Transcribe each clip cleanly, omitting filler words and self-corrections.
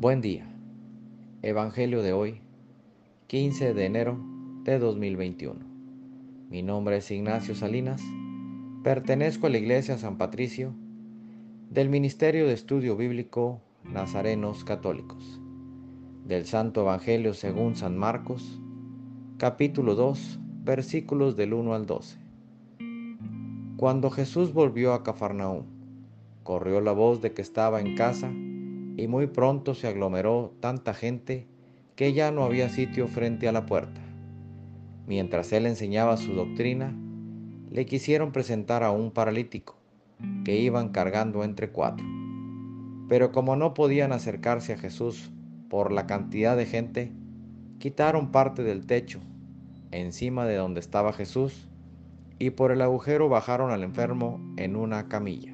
Buen día. Evangelio de hoy, 15 de enero de 2021. Mi nombre es Ignacio Salinas. Pertenezco a la Iglesia San Patricio del Ministerio de Estudio Bíblico Nazarenos Católicos. Del Santo Evangelio según San Marcos, capítulo 2, versículos del 1 al 12. Cuando Jesús volvió a Cafarnaúm, corrió la voz de que estaba en casa y muy pronto se aglomeró tanta gente que ya no había sitio frente a la puerta. Mientras él enseñaba su doctrina, le quisieron presentar a un paralítico que iban cargando entre 4. Pero como no podían acercarse a Jesús por la cantidad de gente, quitaron parte del techo encima de donde estaba Jesús y por el agujero bajaron al enfermo en una camilla.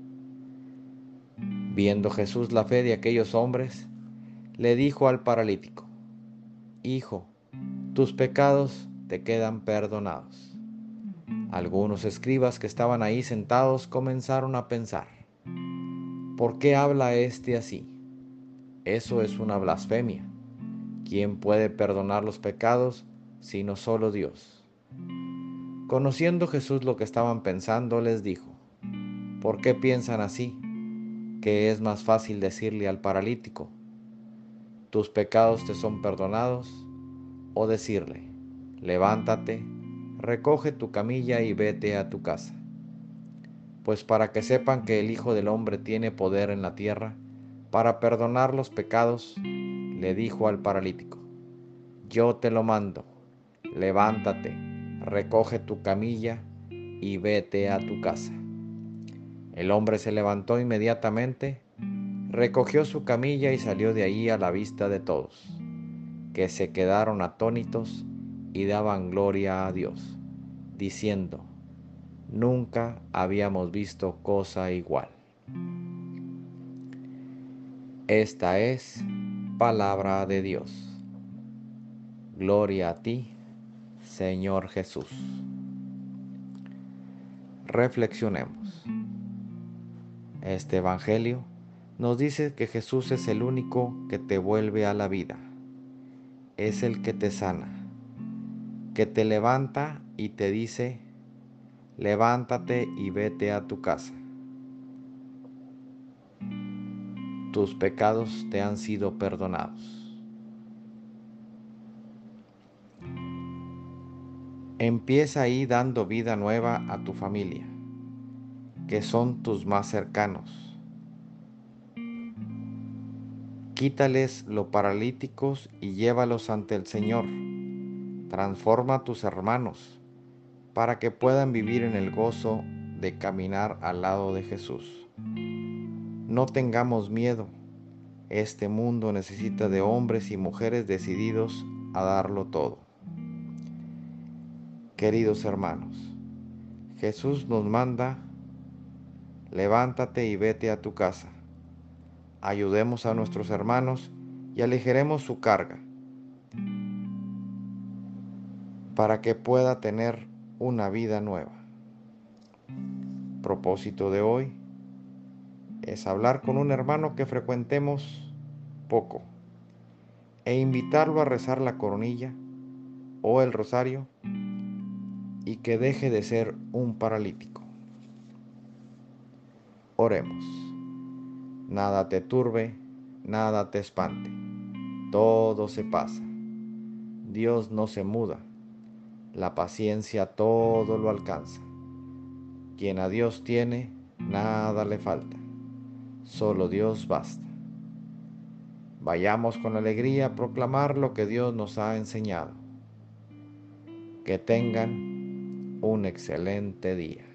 Viendo Jesús la fe de aquellos hombres, le dijo al paralítico: Hijo, tus pecados te quedan perdonados. Algunos escribas que estaban ahí sentados comenzaron a pensar: ¿por qué habla este así? Eso es una blasfemia. ¿Quién puede perdonar los pecados sino solo Dios? Conociendo Jesús lo que estaban pensando, les dijo: ¿por qué piensan así? ¿Que es más fácil decirle al paralítico: tus pecados te son perdonados? O decirle: levántate, recoge tu camilla y vete a tu casa. Pues para que sepan que el Hijo del Hombre tiene poder en la tierra para perdonar los pecados, le dijo al paralítico: yo te lo mando, levántate, recoge tu camilla y vete a tu casa. El hombre se levantó inmediatamente, recogió su camilla y salió de allí a la vista de todos, que se quedaron atónitos y daban gloria a Dios, diciendo: nunca habíamos visto cosa igual. Esta es palabra de Dios. Gloria a ti, Señor Jesús. Reflexionemos. Este Evangelio nos dice que Jesús es el único que te vuelve a la vida. Es el que te sana, que te levanta y te dice: levántate y vete a tu casa. Tus pecados te han sido perdonados. Empieza ahí dando vida nueva a tu familia, que son tus más cercanos. Quítales los paralíticos y llévalos ante el Señor. Transforma a tus hermanos para que puedan vivir en el gozo de caminar al lado de Jesús. No tengamos miedo. Este mundo necesita de hombres y mujeres decididos a darlo todo. Queridos hermanos, Jesús nos manda: levántate y vete a tu casa. Ayudemos a nuestros hermanos y aligeremos su carga, para que pueda tener una vida nueva. Propósito de hoy es hablar con un hermano que frecuentemos poco e invitarlo a rezar la coronilla o el rosario y que deje de ser un paralítico. Oremos. Nada te turbe, nada te espante, todo se pasa. Dios no se muda, la paciencia todo lo alcanza. Quien a Dios tiene, nada le falta, solo Dios basta. Vayamos con alegría a proclamar lo que Dios nos ha enseñado. Que tengan un excelente día.